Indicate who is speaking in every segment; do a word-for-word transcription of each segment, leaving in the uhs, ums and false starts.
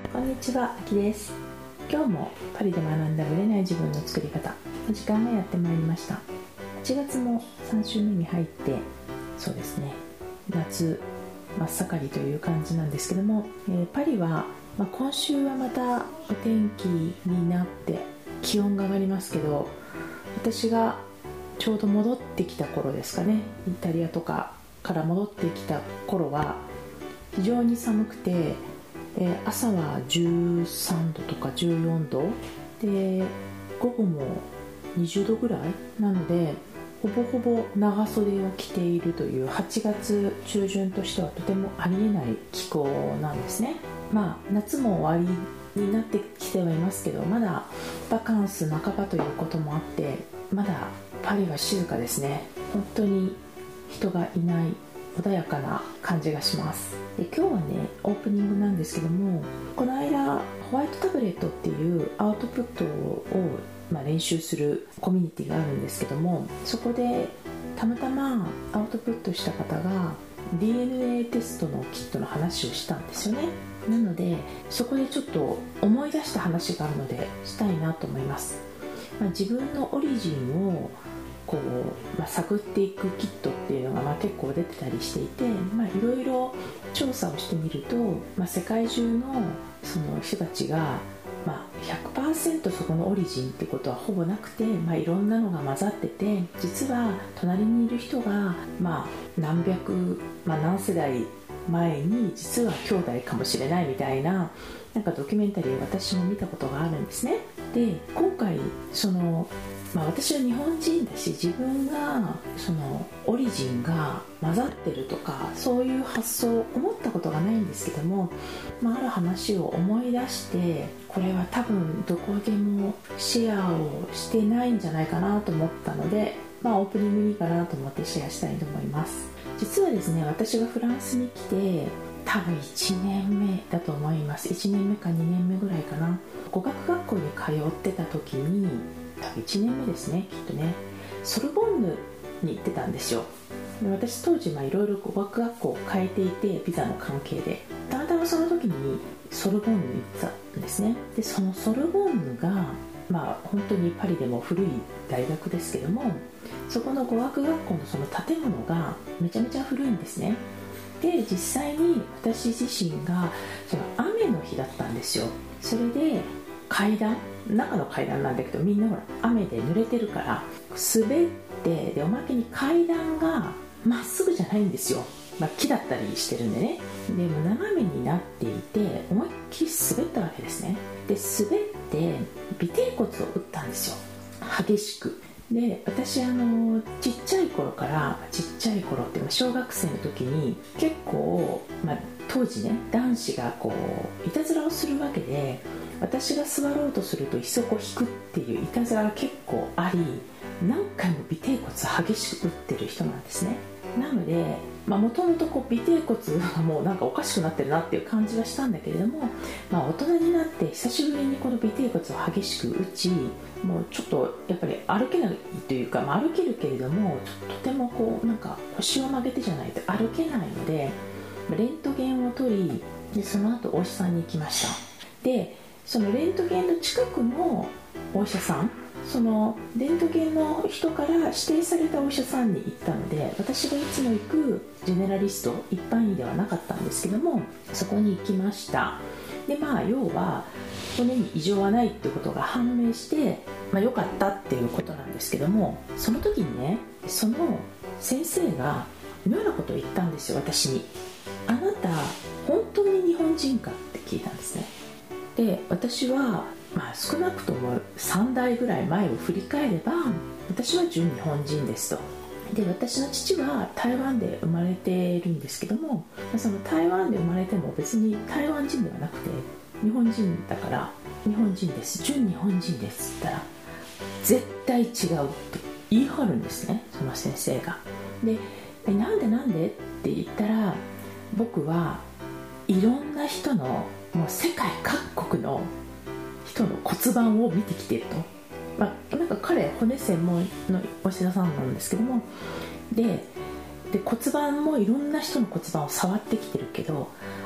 Speaker 1: こんにちは、あきです。今日もパリで学んだブレない自分の作り方の時間がやってまいりました。はちがつもさん週目に入って、そうですね、夏真っ盛りという感じなんですけども、えー、パリは、まあ、今週はまたお天気になって気温が上がりますけど、私がちょうど戻ってきた頃ですかね、イタリアとかから戻ってきた頃は非常に寒くて、えー、朝はじゅうさんどとかじゅうよんどで、午後もにじゅうどぐらいなので、ほぼほぼ長袖を着ているというはちがつ中旬としてはとてもありえない気候なんですね。まあ夏も終わりになってきてはいますけど、まだバカンス半ばということもあって、まだパリは静かですね。本当に人がいない穏やかな感じがします。で、今日はね、オープニングなんですけども、この間ホワイトタブレットっていうアウトプットを、まあ、練習するコミュニティがあるんですけども、そこでたまたまアウトプットした方が ディーエヌエー テストのキットの話をしたんですよね。なのでそこでちょっと思い出した話があるのでしたいなと思います。まあ、自分のオリジンをこう、まあ、探っていくキットっていうのがまあ結構出てたりしていて、まあ、いろいろ調査をしてみると、まあ、世界中のその人たちが、まあ、ひゃくパーセント そこのオリジンってことはほぼなくて、まあ、いろんなのが混ざってて、実は隣にいる人が、まあ、何百、まあ、何世代前に実は兄弟かもしれないみたいな、なんかドキュメンタリーを私も見たことがあるんですね。で、今回そのまあ、私は日本人だし、自分がそのオリジンが混ざってるとかそういう発想を思ったことがないんですけども、まあ、ある話を思い出して、これは多分どこでもシェアをしてないんじゃないかなと思ったので、まあ、オープニングにいいかなと思ってシェアしたいと思います。実はですね、私がフランスに来て多分いちねんめだと思います。いちねんめかにねんめぐらいかな。語学学校に通ってた時に、多分いちねんめですね、きっとね、ソルボンヌに行ってたんですよ。で、私当時いろいろ語学学校を変えていて、ビザの関係でたまたまその時にソルボンヌに行ったんですね。で、そのソルボンヌがまあ本当にパリでも古い大学ですけども、そこの語学学校のその建物がめちゃめちゃ古いんですね。で、実際に私自身がその雨の日だったんですよ。それで階段、中の階段なんだけど、みんなほら雨で濡れてるから滑って、でおまけに階段がまっすぐじゃないんですよ。まあ、木だったりしてるんでね。でも斜めになっていて、思いっきり滑ったわけですね。で、滑って尾てい骨を打ったんですよ、激しく。で、私あのちっちゃい頃から、ちっちゃい頃っていうか小学生の時に結構、まあ、当時ね、男子がこういたずらをするわけで、私が座ろうとすると椅子をこう引くっていういたずらが結構あり、何回も尾てい骨激しく打ってる人なんですね。なので、もともと尾てい骨がもうなんかおかしくなってるなっていう感じはしたんだけれども、まあ、大人になって久しぶりにこの尾てい骨を激しく打ち、もうちょっとやっぱり歩けないというか、まあ、歩けるけれどもとてもこうなんか腰を曲げてじゃないと歩けないので、レントゲンを取り、でその後お医者さんに行きました。で、そのレントゲンの近くのお医者さん、そのレントゲンの人から指定されたお医者さんに行ったので、私がいつも行くジェネラリスト、一般医ではなかったんですけども、そこに行きました。で、まあ要は骨に異常はないってことが判明して、まあ、良かったっていうことなんですけども、その時にね、その先生が妙なことを言ったんですよ、私に。あなた本当に日本人かって聞いたんですね。で、私は、まあ、少なくともさんだいぐらい前を振り返れば、私は純日本人ですと。で、私の父は台湾で生まれているんですけども、その台湾で生まれても別に台湾人ではなくて日本人だから日本人です、純日本人ですって言ったら、絶対違うって言い張るんですね、その先生が。で、えなんでなんでって言ったら、僕はいろんな人の、もう世界各国の人の骨盤を見てきてると。まあ、なんか彼骨専門のお医者さんなんですけども、でで骨盤もいろんな人の骨盤を触ってきてるけど、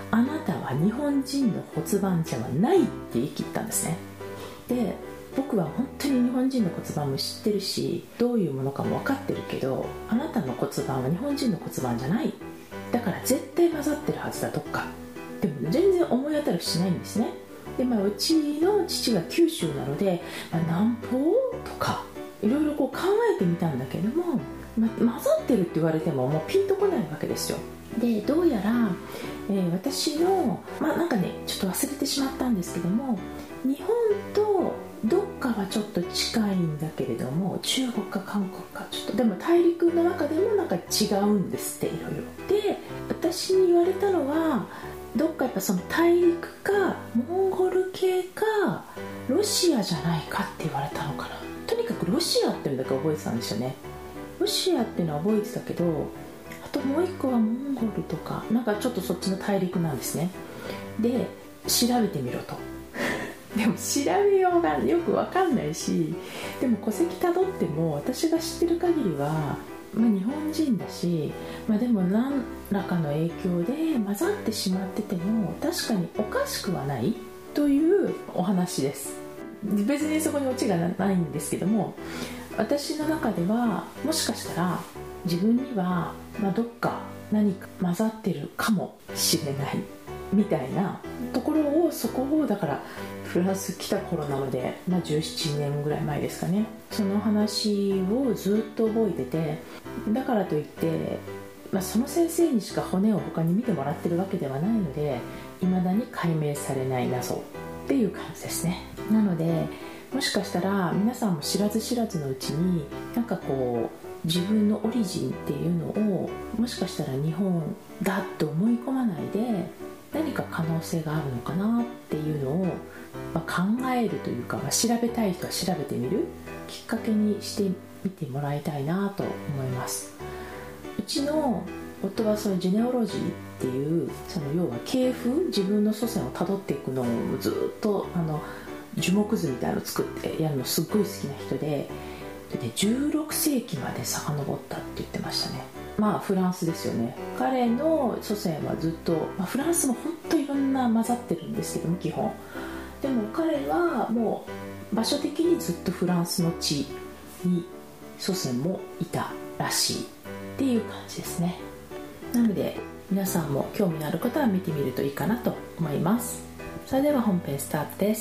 Speaker 1: あなたは日本人の骨盤じゃないって言い切ったんですね。で、僕は本当に日本人の骨盤も知ってるし、どういうものかも分かってるけど、あなたの骨盤は日本人の骨盤じゃない、だから絶対混ざってるはずだ、どっか。でも全然思い当たりしないんですね。で、まあ、うちの父が九州なので、まあ、南方とかいろいろこう考えてみたんだけども、まあ、混ざってるって言われてももうピンとこないわけですよ。で、どうやら、えー、私の、まあなんかね、ちょっと忘れてしまったんですけども、日本とどっかはちょっと近いんだけれども、中国か韓国かちょっと、でも大陸の中でもなんか違うんですって、いろいろ。で、私に言われたのは、どっかやっぱその大陸かモンゴル系かロシアじゃないかって言われたのかな。とにかくロシアっていうのだけ覚えてたんですよね。ロシアっていうのは覚えてたけど、あともう一個はモンゴルとか、なんかちょっとそっちの大陸なんですね。で、調べてみろとでも調べようがよく分かんないし、でも戸籍たどっても私が知ってる限りは、まあ、日本人だし、まあ、でも何らかの影響で混ざってしまってても確かにおかしくはないというお話です。別にそこにオチがないんですけども、私の中ではもしかしたら自分には、まあ、どっか何か混ざってるかもしれないみたいなところを、そこをだからフランス来た頃なので、まあ、じゅうななねんぐらい前ですかね、その話をずっと覚えてて、だからといって、まあ、その先生にしか骨を他に見てもらってるわけではないので、未だに解明されない謎っていう感じですね。なのでもしかしたら皆さんも知らず知らずのうちに、なんかこう自分のオリジンっていうのをもしかしたら日本だと思い込まないで、何か可能性があるのかなっていうのを、まあ、考えるというか、まあ、調べたい人は調べてみるきっかけにしてみてもらいたいなと思います。うちの夫はそのジェネオロジーっていう、その要は系譜、自分の祖先をたどっていくのをずっとあの樹木図みたいなのを作ってやるのすっごい好きな人で、でね、じゅうろくせいきまで遡ったって言ってましたね。まあフランスですよね。彼の祖先はずっと、まあ、フランスも本当いろんな混ざってるんですけども、基本でも彼はもう場所的にずっとフランスの地に祖先もいたらしいっていう感じですね。なので皆さんも興味のある方は見てみるといいかなと思います。それでは本編スタートです。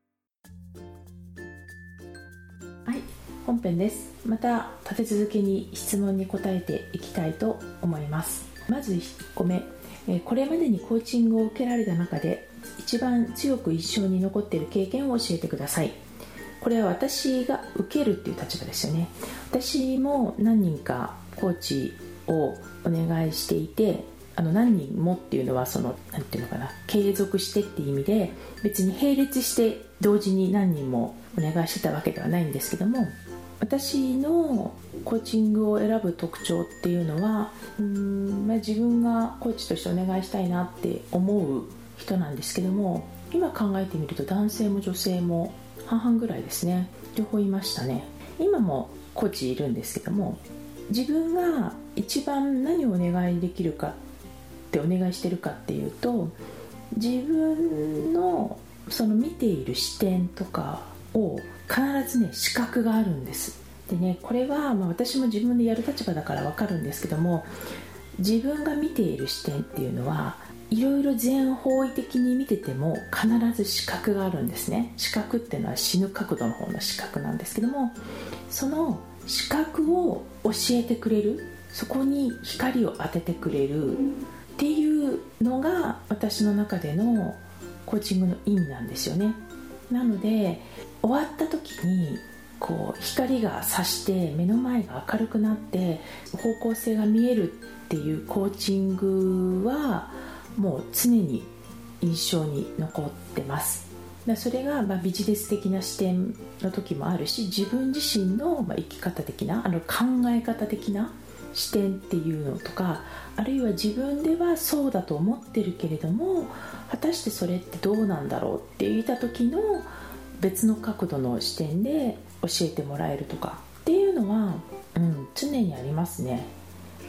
Speaker 1: はい、本編です。また立て続けに質問に答えていきたいと思います。まずいっこめ、これまでにコーチングを受けられた中で一番強く印象に残っている経験を教えてください。これは私が受けるっていう立場ですよね。私も何人かコーチをお願いしていて、あの何人もっていうのはそのなんていうのかな、継続してっていう意味で、別に並列して同時に何人もお願いしてたわけではないんですけども、私のコーチングを選ぶ特徴っていうのは、うーん、まあ、自分がコーチとしてお願いしたいなって思う人なんですけども、今考えてみると男性も女性も半々ぐらいですね。両方いましたね。今もコーチいるんですけども、自分が一番何をお願いできるかってお願いしてるかっていうと、自分のその見ている視点とかを必ずね、視覚があるんです。でね、これはまあ私も自分でやる立場だから分かるんですけども、自分が見ている視点っていうのはいろいろ全方位的に見てても必ず視覚があるんですね。視覚っていうのは死ぬ角度の方の視覚なんですけども、その視覚を教えてくれる、そこに光を当ててくれるっていうのが私の中でのコーチングの意味なんですよね。なので終わった時にこう光が差して目の前が明るくなって方向性が見えるっていうコーチングはもう常に印象に残ってます。だそれがまあビジネス的な視点の時もあるし、自分自身のまあ生き方的なあの考え方的な視点っていうのとか、あるいは自分ではそうだと思ってるけれども果たしてそれってどうなんだろうって言った時の別の角度の視点で教えてもらえるとかっていうのは、うん、常にありますね。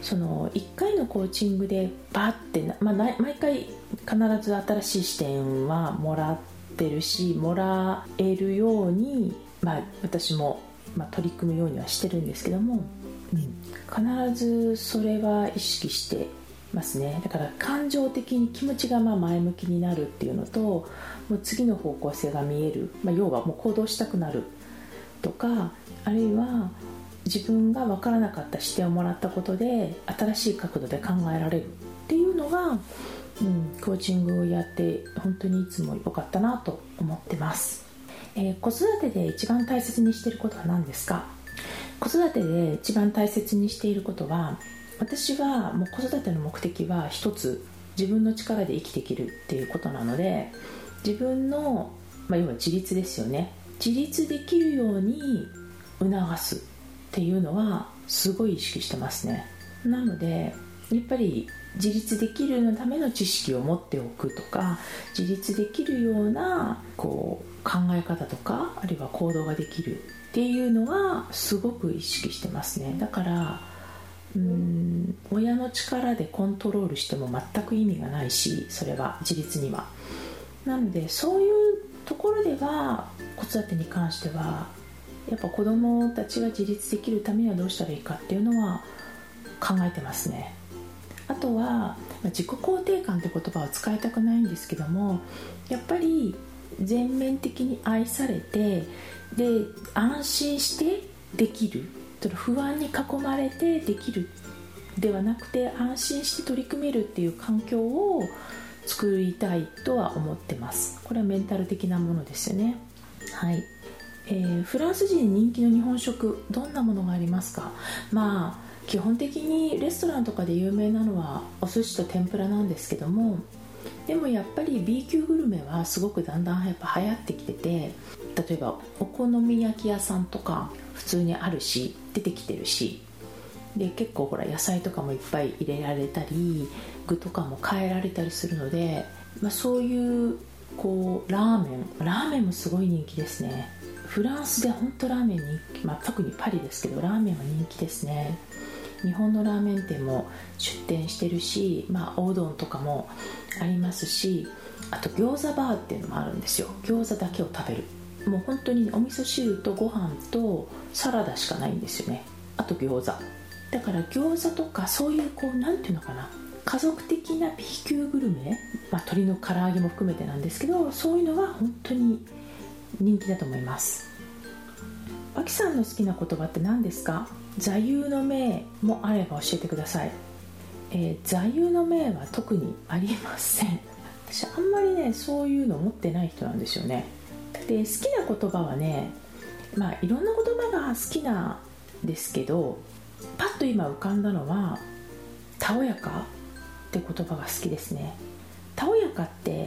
Speaker 1: そのいっかいのコーチングでバーって、まあ、毎回必ず新しい視点はもらってるし、もらえるように、まあ、私も、まあ、取り組むようにはしてるんですけども、うん、必ずそれは意識してますね。だから感情的に気持ちがまあ前向きになるっていうのと、もう次の方向性が見える、まあ、要はもう行動したくなるとか、あるいは自分が分からなかった視点をもらったことで新しい角度で考えられるっていうのが、うん、コーチングをやって本当にいつも良かったなと思ってます。えー、子育てで一番大切にしていることは何ですか？子育てで一番大切にしていることは、私はもう子育ての目的は一つ、自分の力で生きていけるっていうことなので、自分の、まあ、要は自立ですよね。自立できるように促すっていうのはすごい意識してますね。なのでやっぱり自立できるのための知識を持っておくとか、自立できるようなこう考え方とか、あるいは行動ができるっていうのはすごく意識してますね。だからうーん親の力でコントロールしても全く意味がないし、それは自立には。なのでそういうところでは子育てに関してはやっぱ子どもたちが自立できるためにはどうしたらいいかっていうのは考えてますね。あとは自己肯定感って言葉を使いたくないんですけども、やっぱり全面的に愛されて、で安心してできる、不安に囲まれてできるではなくて、安心して取り組めるっていう環境を作りたいとは思ってます。これはメンタル的なものですよね。はい。えー、フランス人に人気の日本食、どんなものがありますか？まあ基本的にレストランとかで有名なのはお寿司と天ぷらなんですけども、でもやっぱり B 級グルメはすごくだんだんやっぱ流行ってきてて、例えばお好み焼き屋さんとか普通にあるし、出てきてるし、で結構ほら野菜とかもいっぱい入れられたり、具とかも変えられたりするので、まあ、そういうこうラーメンラーメンもすごい人気ですね。フランスで本当ラーメン人気、まあ、特にパリですけどラーメンは人気ですね。日本のラーメン店も出店してるし、まあ、おうどんとかもありますし、あと餃子バーっていうのもあるんですよ。餃子だけを食べる、もう本当にお味噌汁とご飯とサラダしかないんですよね。あと餃子だから、餃子とかそういうこうなんていうのかな、家族的な B 級グルメ、まあ、鶏の唐揚げも含めてなんですけど、そういうのは本当に人気だと思います。あきさんの好きな言葉って何ですか？座右の銘もあれば教えてください。えー、座右の銘は特にありません。私あんまりねそういうの持ってない人なんですよね。で好きな言葉はね、まあいろんな言葉が好きなんですけど、パッと今浮かんだのはたおやかって言葉が好きですね。たおやかって、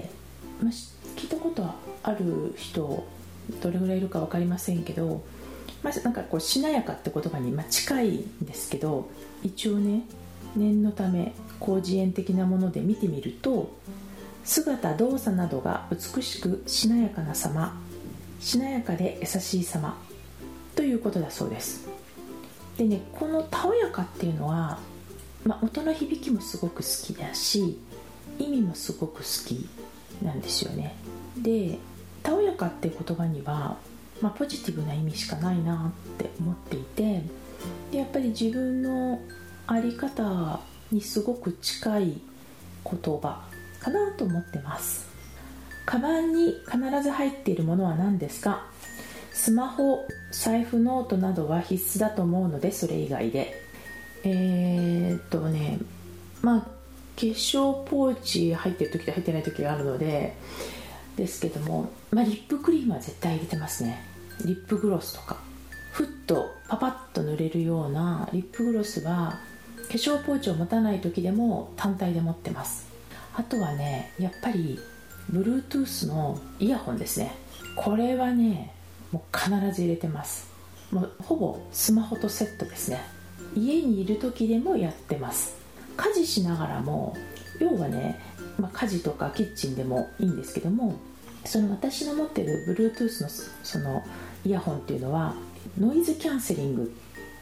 Speaker 1: まあ、聞いたことある人どれぐらいいるか分かりませんけど、まあ、なんかこうしなやかって言葉にまあ近いんですけど、一応ね念のため広辞苑的なもので見てみると、姿動作などが美しくしなやかな様、しなやかで優しい様ということだそうです。でね、このたおやかっていうのは、まあ、音の響きもすごく好きだし、意味もすごく好きなんですよね。でたおやかっていう言葉には、まあ、ポジティブな意味しかないなって思っていて、でやっぱり自分の在り方にすごく近い言葉かなと思ってます。カバンに必ず入っているものは何ですか？スマホ、財布、ノートなどは必須だと思うので、それ以外でえー、っとねまあ化粧ポーチ入ってる時と入ってない時があるのでですけども、まあ、リップクリームは絶対入れてますね。リップグロスとかふっとパパッと塗れるようなリップグロスは化粧ポーチを持たない時でも単体で持ってます。あとはね、やっぱり Bluetooth のイヤホンですね。これはねもう必ず入れてます。もうほぼスマホとセットですね。家にいる時でもやってます。家事しながらも、要はね、まあ、家事とかキッチンでもいいんですけども、その私の持ってる Bluetooth のそのイヤホンっていうのはノイズキャンセリング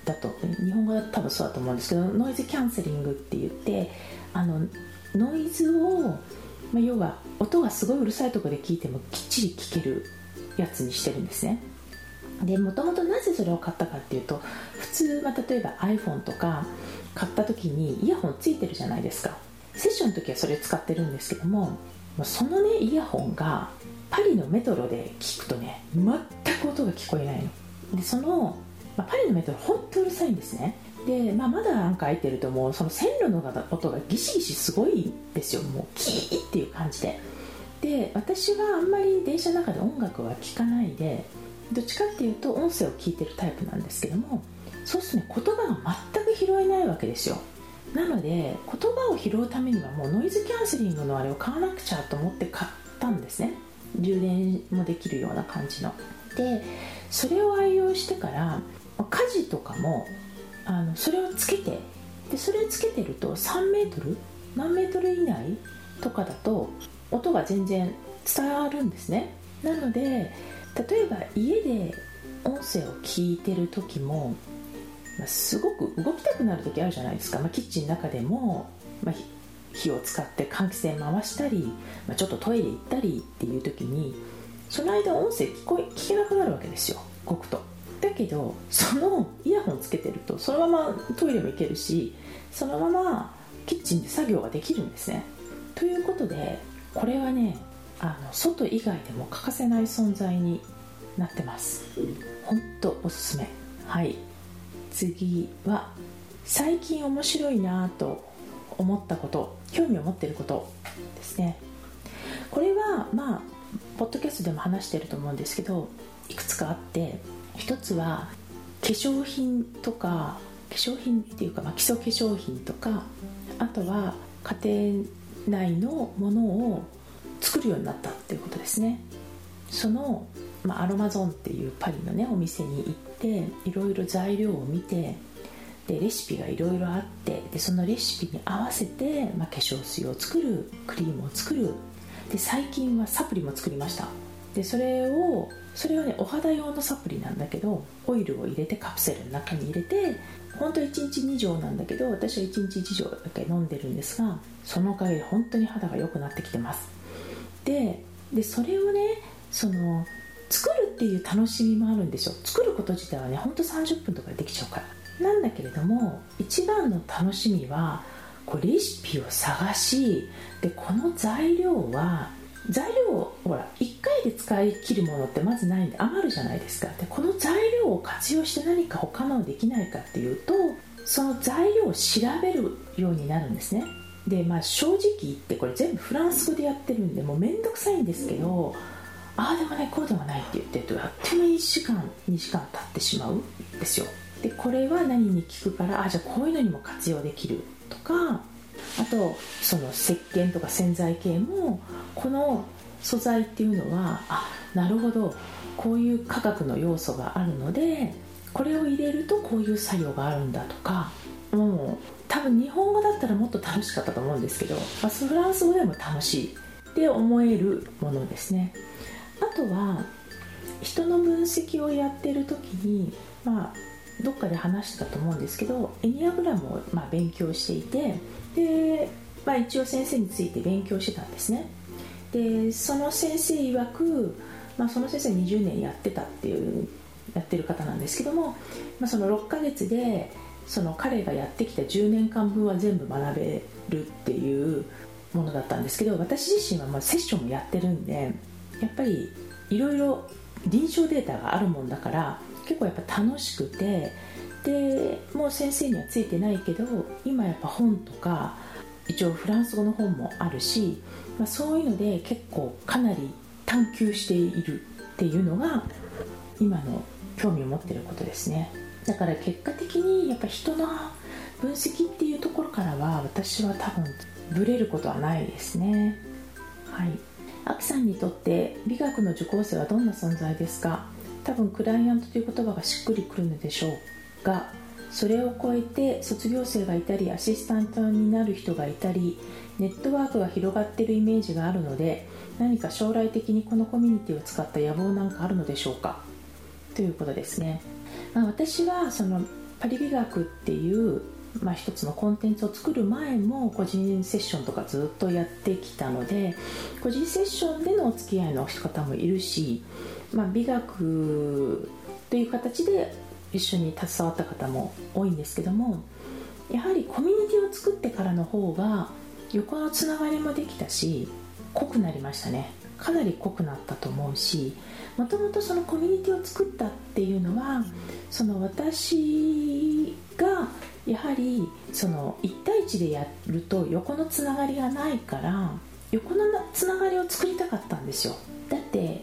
Speaker 1: だと、日本語だと多分そうだと思うんですけど、ノイズキャンセリングって言って、あのノイズを、まあ、要は音がすごいうるさいところで聞いてもきっちり聞けるやつにしてるんですね。でもともとなぜそれを買ったかっていうと、普通、まあ、例えば iPhone とか買った時にイヤホンついてるじゃないですか。セッションの時はそれ使ってるんですけども、そのねイヤホンがパリのメトロで聞くとね全く音が聞こえないので、その、まあ、パリのメトロ本当うるさいんですね。で、まあ、まだなんか開いてるともうその線路の音がギシギシすごいですよ。もうキーっていう感じで、で私はあんまり電車の中で音楽は聴かないで、どっちかっていうと音声を聞いてるタイプなんですけども、そうするとね言葉が全く拾えないわけですよ。なので言葉を拾うためにはもうノイズキャンセリングのあれを買わなくちゃと思って買ったんですね。充電もできるような感じので、それを愛用してから家事とかもあのそれをつけて、でそれをつけてるとさんメートル何メートル以内とかだと音が全然伝わるんですね。なので例えば家で音声を聞いてる時も、まあ、すごく動きたくなる時あるじゃないですか。まあ、キッチンの中でも、まあ、火を使って換気扇回したり、まあ、ちょっとトイレ行ったりっていう時にその間音声聞こえ聞けなくなるわけですよ、動くと。だけどそのイヤホンつけてるとそのままトイレも行けるし、そのままキッチンで作業ができるんですね。ということでこれはね、あの外以外でも欠かせない存在になってます。ほんとおすすめ。はい、次は最近面白いなと思ったこと、興味を持っていることですね。これはまあポッドキャストでも話していると思うんですけど、いくつかあって、一つは化粧品とか化粧品っていうか、まあ、基礎化粧品とか、あとは家庭内のものを作るようになったっていうことですね。その、まあ、アロマゾーンっていうパリのねお店に行っていろいろ材料を見て、でレシピがいろいろあって、でそのレシピに合わせて、まあ、化粧水を作る、クリームを作る、で最近はサプリも作りました。でそれをそれはねお肌用のサプリなんだけど、オイルを入れてカプセルの中に入れて、本当はいちにちに錠なんだけど、私はいちにちいち錠だけ飲んでるんですが、そのおかげで本当に肌が良くなってきてます。で、でそれをねその作るっていう楽しみもあるんですよ。作ること自体はね本当さんじゅっぷんとかでできちゃうから。なんだけれども一番の楽しみはこうレシピを探し、でこの材料は材料をほらいっかいで使い切るものってまずないんで余るじゃないですか。でこの材料を活用して何か他のできないかっていうと、その材料を調べるようになるんですね。で、まあ、正直言ってこれ全部フランス語でやってるんでもうめんどくさいんですけど、ああでもないこうでもないって言ってるとあっという間にいちじかんにじかん経ってしまうんですよ。でこれは何に効くから、あじゃあこういうのにも活用できるとか、あとその石鹸とか洗剤系もこの素材っていうのはあなるほどこういう化学の要素があるのでこれを入れるとこういう作用があるんだとか、もう多分日本語だったらもっと楽しかったと思うんですけど、まあ、フランス語でも楽しいって思えるものですね。あとは人の分析をやってる時に、まあ、どっかで話してたと思うんですけど、エニアグラムをまあ勉強していて、で、まあ、一応先生について勉強してたんですね。でその先生曰く、まあ、その先生にじゅうねんやってたっていうやってる方なんですけども、まあ、そのろっかげつでその彼がやってきたじゅうねんかんぶんは全部学べるっていうものだったんですけど、私自身はまあセッションもやってるんで、やっぱりいろいろ臨床データがあるもんだから結構やっぱ楽しくて、でもう先生にはついてないけど今やっぱ本とか一応フランス語の本もあるし、まあ、そういうので結構かなり探求しているっていうのが今の興味を持っていることですね。だから結果的にやっぱ人の分析っていうところからは私は多分ブレることはないですね。はい。アキさんにとって美学の受講生はどんな存在ですか？多分クライアントという言葉がしっくりくるのでしょうが、それを超えて卒業生がいたりアシスタントになる人がいたりネットワークが広がっているイメージがあるので、何か将来的にこのコミュニティを使った野望なんかあるのでしょうか、ということですね。まあ、私はそのパリ美学っていうまあ、一つのコンテンツを作る前も個人セッションとかずっとやってきたので、個人セッションでのお付き合いの方もいるし、まあ、美学という形で一緒に携わった方も多いんですけども、やはりコミュニティを作ってからの方が横のつながりもできたし濃くなりましたね。かなり濃くなったと思うし、もともとそのコミュニティを作ったっていうのは、その私がやはりそのいち対いちでやると横のつながりがないから、横のつながりを作りたかったんですよ。だって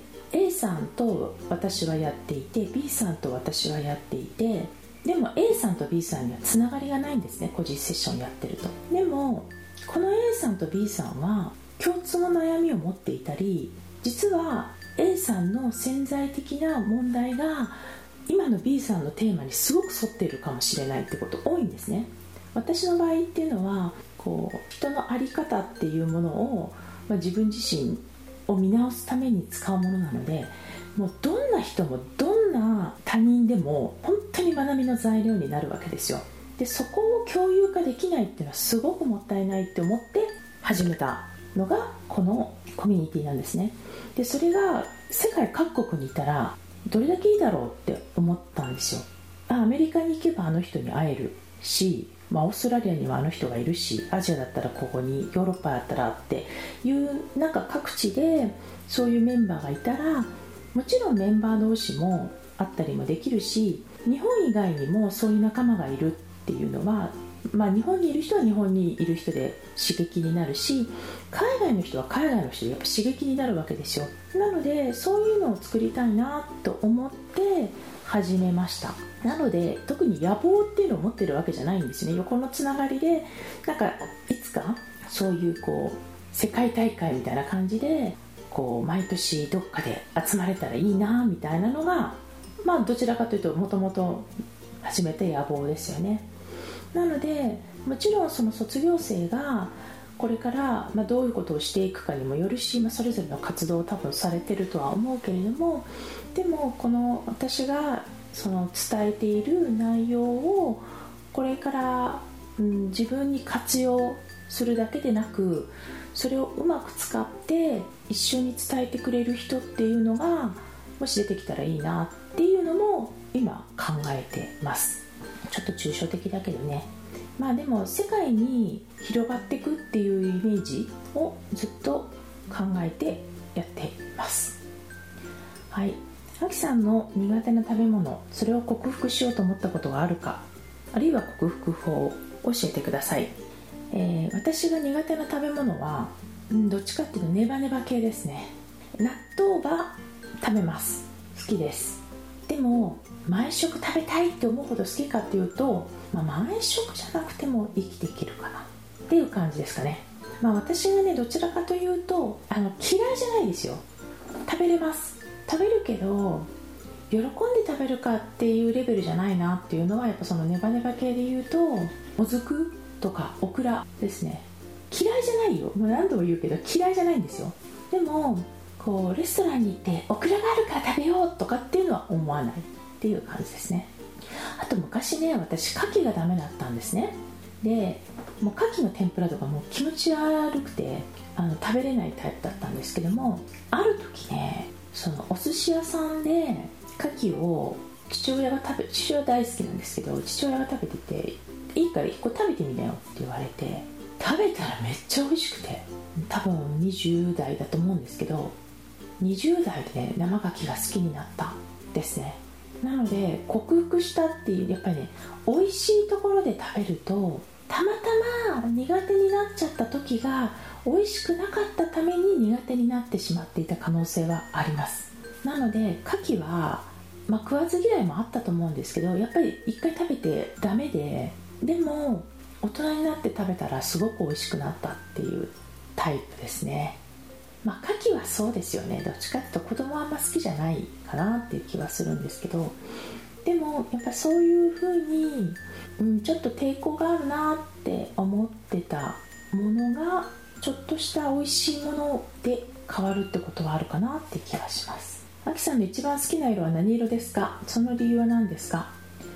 Speaker 1: A さんと私はやっていて B さんと私はやっていて、でも A さんと B さんにはつながりがないんですね、個人セッションやってると。でもこの A さんと B さんは共通の悩みを持っていたり、実は A さんの潜在的な問題が今の B さんのテーマにすごく沿っているかもしれないってこと多いんですね。私の場合っていうのはこう人の在り方っていうものを、まあ、自分自身を見直すために使うものなので、もうどんな人もどんな他人でも本当に学びの材料になるわけですよ。でそこを共有化できないっていうのはすごくもったいないって思って始めたのがこのコミュニティなんですね。でそれが世界各国にいたらどれだけいいだろうって思ったんですよ。あアメリカに行けばあの人に会えるし、まあ、オーストラリアにはあの人がいるし、アジアだったらここに、ヨーロッパだったらっていうなんか各地でそういうメンバーがいたら、もちろんメンバー同士もあったりもできるし、日本以外にもそういう仲間がいるっていうのは、まあ、日本にいる人は日本にいる人で刺激になるし、海外の人は海外の人でやっぱ刺激になるわけですよ。なのでそういうのを作りたいなと思って始めました。なので特に野望っていうのを持ってるわけじゃないんですね。横のつながりでなんかいつかそういうこう世界大会みたいな感じでこう毎年どっかで集まれたらいいなみたいなのが、まあどちらかというともともと始めた野望ですよね。なのでもちろんその卒業生がこれから、まあ、どういうことをしていくかにもよるし、まあ、それぞれの活動を多分されてるとは思うけれども、でもこの私がその伝えている内容をこれから、うん、自分に活用するだけでなく、それをうまく使って一緒に伝えてくれる人っていうのがもし出てきたらいいなっていうのも今考えてます。ちょっと抽象的だけどね。まあでも世界に広がっていくっていうイメージをずっと考えてやっています。はい。あきさんの苦手な食べ物、それを克服しようと思ったことがあるか、あるいは克服法を教えてください。えー、私が苦手な食べ物は、うん、どっちかっていうとネバネバ系ですね。納豆は食べます。好きです。でも毎食食べたいって思うほど好きかっていうと、まあ、毎食じゃなくても生きていけるかなっていう感じですかね。まあ、私がねどちらかというとあの嫌いじゃないですよ。食べれます。食べるけど喜んで食べるかっていうレベルじゃないなっていうのは、やっぱそのネバネバ系で言うともずくとかオクラですね。嫌いじゃないよ、もう何度も言うけど嫌いじゃないんですよ。でもこうレストランに行ってオクラがあるから食べようとかっていうのは思わないっていう感じですね。あと昔ね、私牡蠣がダメだったんですね。でもう牡蠣の天ぷらとかもう気持ち悪くてあの食べれないタイプだったんですけども、ある時ね、そのお寿司屋さんで牡蠣を父親が食べ父親大好きなんですけど、父親が食べてていいからいっこ食べてみなよって言われて、食べたらめっちゃ美味しくて、多分にじゅう代だと思うんですけど、にじゅう代で、ね、生牡蠣が好きになったですね。なので克服したっていう、やっぱりね美味しいところで食べると、たまたま苦手になっちゃった時が美味しくなかったために苦手になってしまっていた可能性はあります。なので牡蠣は、まあ、食わず嫌いもあったと思うんですけど、やっぱり一回食べてダメで、でも大人になって食べたらすごく美味しくなったっていうタイプですね。まあ牡蠣はそうですよね。どっちかっていうと子供はあんま好きじゃないかなっていう気はするんですけど、でもやっぱそういう風に、うん、ちょっと抵抗があるなって思ってたものがちょっとした美味しいもので変わるってことはあるかなって気がします。あきさんの一番好きな色は何色ですか？その理由は何ですか？私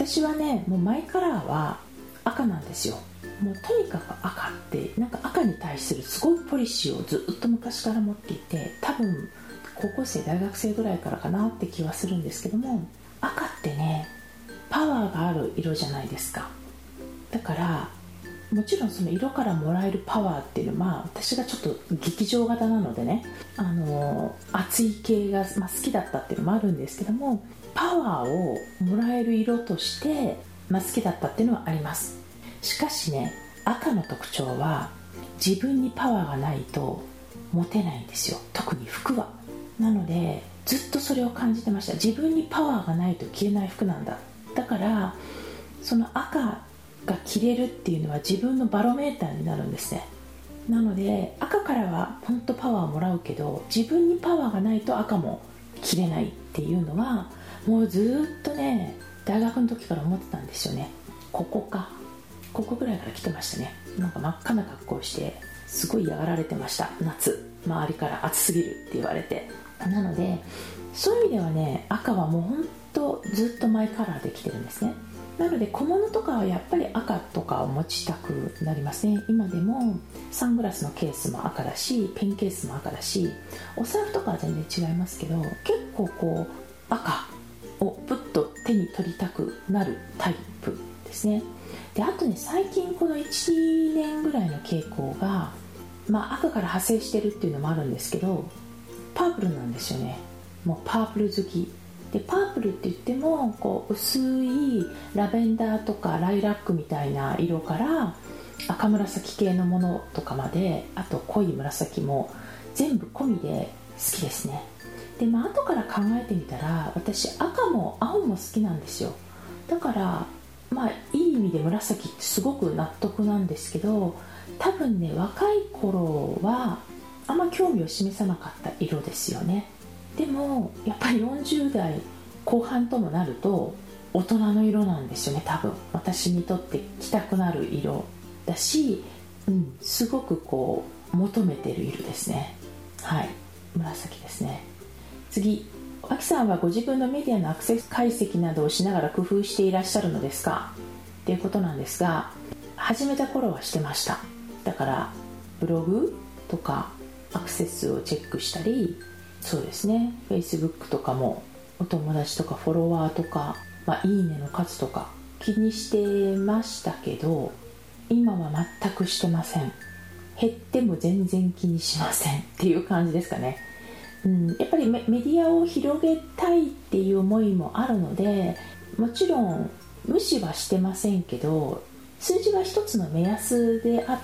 Speaker 1: 私はねもうマイカラーは赤なんですよ。もうとにかく赤ってなんか赤に対するすごいポリシーをずっと昔から持っていて、多分高校生大学生ぐらいからかなって気はするんですけども、赤ってねパワーがある色じゃないですか。だからもちろんその色からもらえるパワーっていうのは、まあ、私がちょっと劇場型なのでね、あのー、熱い系が、まあ、好きだったっていうのもあるんですけども、パワーをもらえる色として、まあ、好きだったっていうのはあります。しかしね、赤の特徴は自分にパワーがないと持てないんですよ、特に服は。なのでずっとそれを感じてました。自分にパワーがないと着れない服なんだ。だからその赤が着れるっていうのは自分のバロメーターになるんですね。なので赤からは本当パワーをもらうけど、自分にパワーがないと赤も着れないっていうのはもうずっとね大学の時から思ってたんですよね。ここかここぐらいから来てましたね。なんか真っ赤な格好をしてすごい嫌がられてました。夏周りから暑すぎるって言われて。なのでそういう意味ではね、赤はもう本当ずっとマイカラーで着てるんですね。なので小物とかはやっぱり赤とかを持ちたくなりますね。今でもサングラスのケースも赤だし、ペンケースも赤だし、お財布とかは全然違いますけど、結構こう赤をプッと手に取りたくなるタイプですね。であとね、最近このいちねんぐらいの傾向が、まあ、赤から派生してるっていうのもあるんですけど、パープルなんですよね。もうパープル好きで、パープルって言ってもこう薄いラベンダーとかライラックみたいな色から赤紫系のものとかまで、あと濃い紫も全部込みで好きですね。で、まあ後から考えてみたら、私赤も青も好きなんですよ。だからまあいい意味で紫ってすごく納得なんですけど、多分ね若い頃はあんま興味を示さなかった色ですよね。でもやっぱりよんじゅう代後半ともなると大人の色なんですよね。多分私にとって着たくなる色だし、うん、すごくこう求めてる色ですね。はい、紫ですね。次、あきさんはご自分のメディアのアクセス解析などをしながら工夫していらっしゃるのですかっていうことなんですが、始めた頃はしてました。だからブログとかアクセスをチェックしたり、そうですね、 Facebook とかもお友達とかフォロワーとか、まあ、いいねの数とか気にしてましたけど、今は全くしてません。減っても全然気にしませんっていう感じですかね。うん、やっぱり メ, メディアを広げたいっていう思いもあるので、もちろん無視はしてませんけど、数字は一つの目安であって、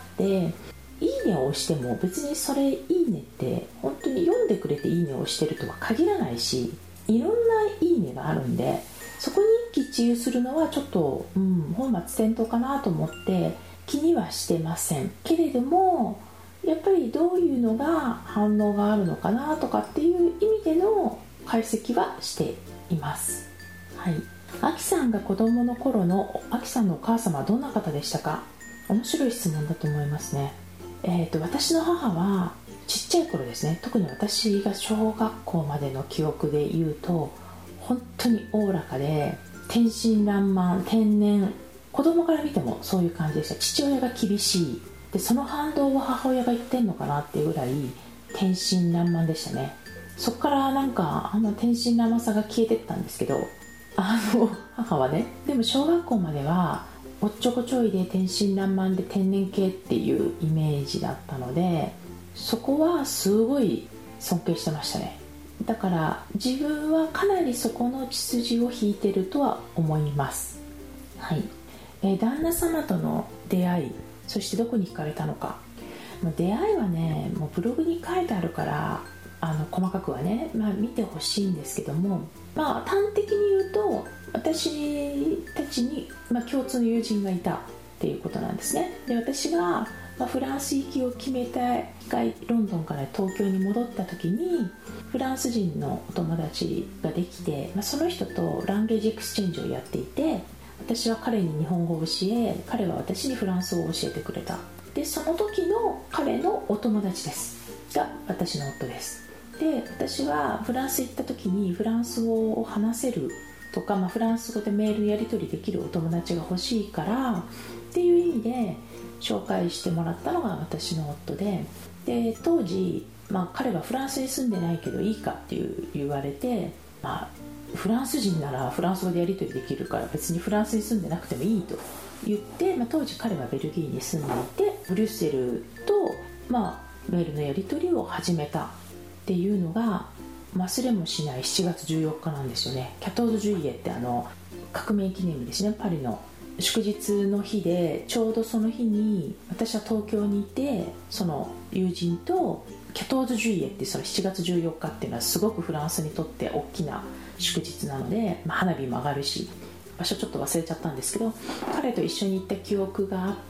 Speaker 1: いいねを押しても別にそれいいねって本当に読んでくれていいねを押してるとは限らないし、いろんないいねがあるんで、そこに一喜一憂するのはちょっと、うん、本末転倒かなと思って気にはしてませんけれども、やっぱりどういうのが反応があるのかなとかっていう意味での解析はしています。はい。あきさんが子供の頃のあきさんのお母様はどんな方でしたか？面白い質問だと思いますね。えーと、私の母はちっちゃい頃ですね、特に私が小学校までの記憶で言うと本当におおらかで天真爛漫、天然、子供から見てもそういう感じでした。父親が厳しいで、その反動を母親が言ってんのかなっていうぐらい天真爛漫でしたね。そこからなんかあの天真爛漫さが消えてったんですけど、あの母はね、でも小学校まではおっちょこちょいで天真爛漫で天然系っていうイメージだったので、そこはすごい尊敬してましたね。だから自分はかなりそこの血筋を引いてるとは思います。はい。えー、旦那様との出会い、そしてどこに惹かれたのか。出会いはね、もうブログに書いてあるからあの細かくはね、まあ、見てほしいんですけども、まあ端的に言うと私たちに、まあ、共通の友人がいたっていうことなんですね。で、私が、まあ、フランス行きを決めた一回ロンドンから東京に戻った時にフランス人のお友達ができて、まあ、その人とランゲージエクスチェンジをやっていて、私は彼に日本語を教え、彼は私にフランス語を教えてくれた。で、その時の彼のお友達ですが私の夫です。で、私はフランス行った時にフランス語を話せるとか、まあ、フランス語でメールやり取りできるお友達が欲しいからっていう意味で紹介してもらったのが私の夫で、で当時、まあ、彼はフランスに住んでないけどいいかっていう言われて、まあ、フランス人ならフランス語でやり取りできるから別にフランスに住んでなくてもいいと言って、まあ、当時彼はベルギーに住んでいてブリュッセルと、まあ、メールのやり取りを始めたっていうのが忘れもしないしちがつじゅうよっかなんですよね。キャトーズ・ジュイエってあの革命記念日ですね、パリの祝日の日で、ちょうどその日に私は東京にいて、その友人とキャトーズ・ジュイエってそのしちがつじゅうよっかっていうのはすごくフランスにとって大きな祝日なので、まあ、花火も上がるし、場所ちょっと忘れちゃったんですけど、彼と一緒に行った記憶があって、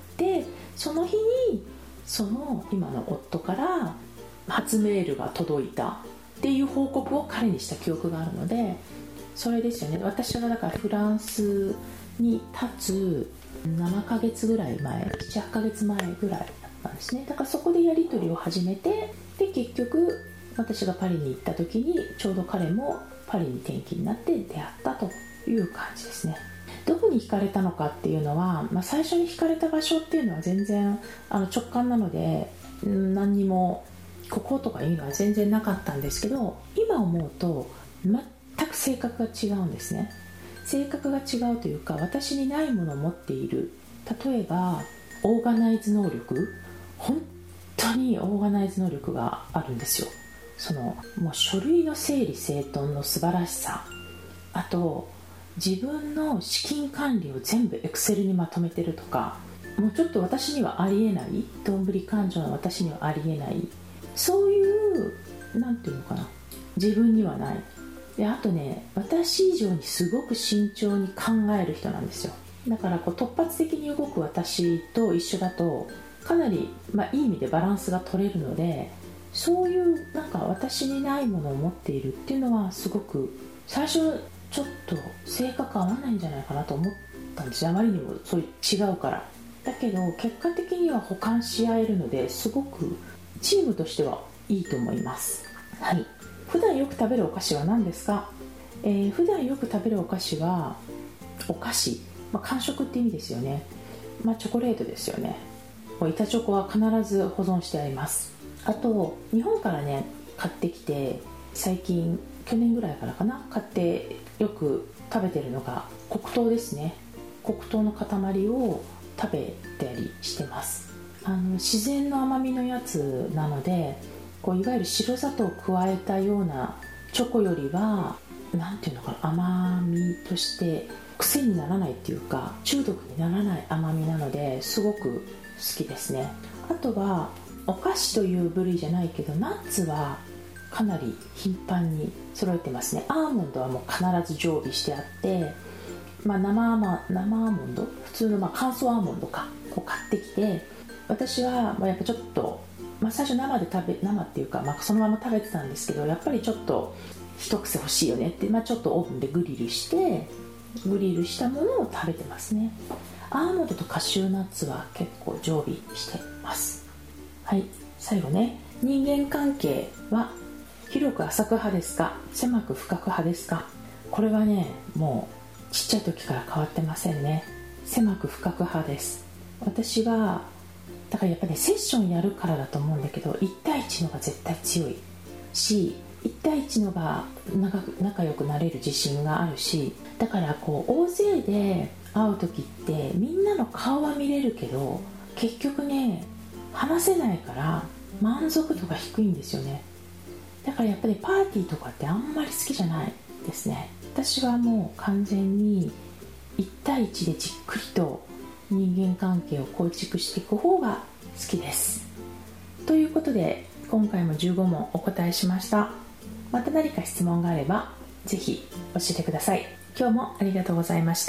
Speaker 1: その日にその今の夫から初メールが届いたっていう報告を彼にした記憶があるので、それですよね。私がだからフランスに立つななかげつぐらい前、なな、はちかげつまえぐらいだったんですね。だからそこでやり取りを始めて、で結局私がパリに行った時にちょうど彼もパリに転勤になって出会ったという感じですね。どこに惹かれたのかっていうのは、まあ、最初に惹かれた場所っていうのは全然あの直感なので、何にもこことかいうのは全然なかったんですけど、今思うと全く性格が違うんですね。性格が違うというか、私にないものを持っている。例えばオーガナイズ能力、本当にオーガナイズ能力があるんですよ。そのもう書類の整理整頓の素晴らしさ、あと自分の資金管理を全部エクセルにまとめてるとか、もうちょっと私にはありえない、どんぶり感情の私にはありえない、そういうなんていうのかな、自分にはない。であとね、私以上にすごく慎重に考える人なんですよ。だからこう突発的に動く私と一緒だとかなり、まあ、いい意味でバランスが取れるので、そういうなんか私にないものを持っているっていうのはすごく最初ちょっと性格合わないんじゃないかなと思ったんですよ。あまりにもそういう違うから。だけど結果的には補完し合えるので、すごくチームとしてはいいと思います。はい。普段よく食べるお菓子は何ですか？えー、普段よく食べるお菓子はお菓子、まあ、間食って意味ですよね。まあ、チョコレートですよね。板チョコは必ず保存してあります。あと日本からね買ってきて、最近去年ぐらいからかな、買ってよく食べてるのが黒糖ですね。黒糖の塊を食べたりしてます。あの自然の甘みのやつなので、こういわゆる白砂糖を加えたようなチョコよりは、なんていうのかな、甘みとして癖にならないっていうか中毒にならない甘みなので、すごく好きですね。あとはお菓子という部類じゃないけど、ナッツはかなり頻繁に揃えてますね。アーモンドはもう必ず常備してあって、まあ、生, 生アーモンド、普通のまあ乾燥アーモンドかを買ってきて、私はまあやっぱちょっと、まあ、最初生で食べ生っていうか、まあ、そのまま食べてたんですけど、やっぱりちょっと一癖欲しいよねって、まあ、ちょっとオーブンでグリルしてグリルしたものを食べてますね。アーモンドとカシューナッツは結構常備してます。はい。最後ね、人間関係は広く浅く派ですか、狭く深く派ですか？これはね、もうちっちゃい時から変わってませんね。狭く深く派です。私はだからやっぱり、ね、セッションやるからだと思うんだけど、いち対いちのが絶対強いし、いち対いちのが仲仲良くなれる自信があるし、だからこう大勢で会う時ってみんなの顔は見れるけど、結局ね話せないから満足度が低いんですよね。だからやっぱりパーティーとかってあんまり好きじゃないですね。私はもう完全にいち対いちでじっくりと人間関係を構築していく方が好きです。ということで今回もじゅうごもんお答えしました。また何か質問があればぜひ教えてください。今日もありがとうございました。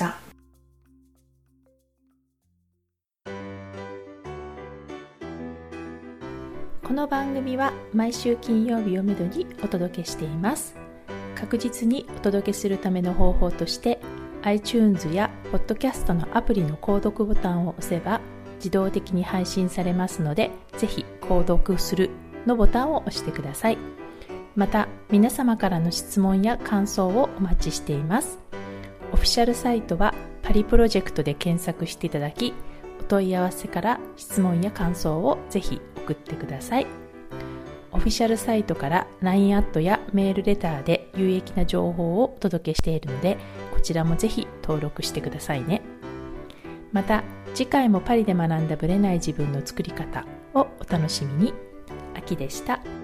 Speaker 1: この番組は毎週金曜日をめどにお届けしています。確実にお届けするための方法として iTunes や Podcast のアプリの購読ボタンを押せば自動的に配信されますので、ぜひ購読するのボタンを押してください。また皆様からの質問や感想をお待ちしています。 オフィシャルサイトはパリプロジェクトで検索していただき、お問い合わせから質問や感想をぜひ送ってください。オフィシャルサイトから ライン アットやメールレターで有益な情報をお届けしているので、こちらもぜひ登録してくださいね。また次回もパリで学んだブレない自分の作り方をお楽しみに。あきでした。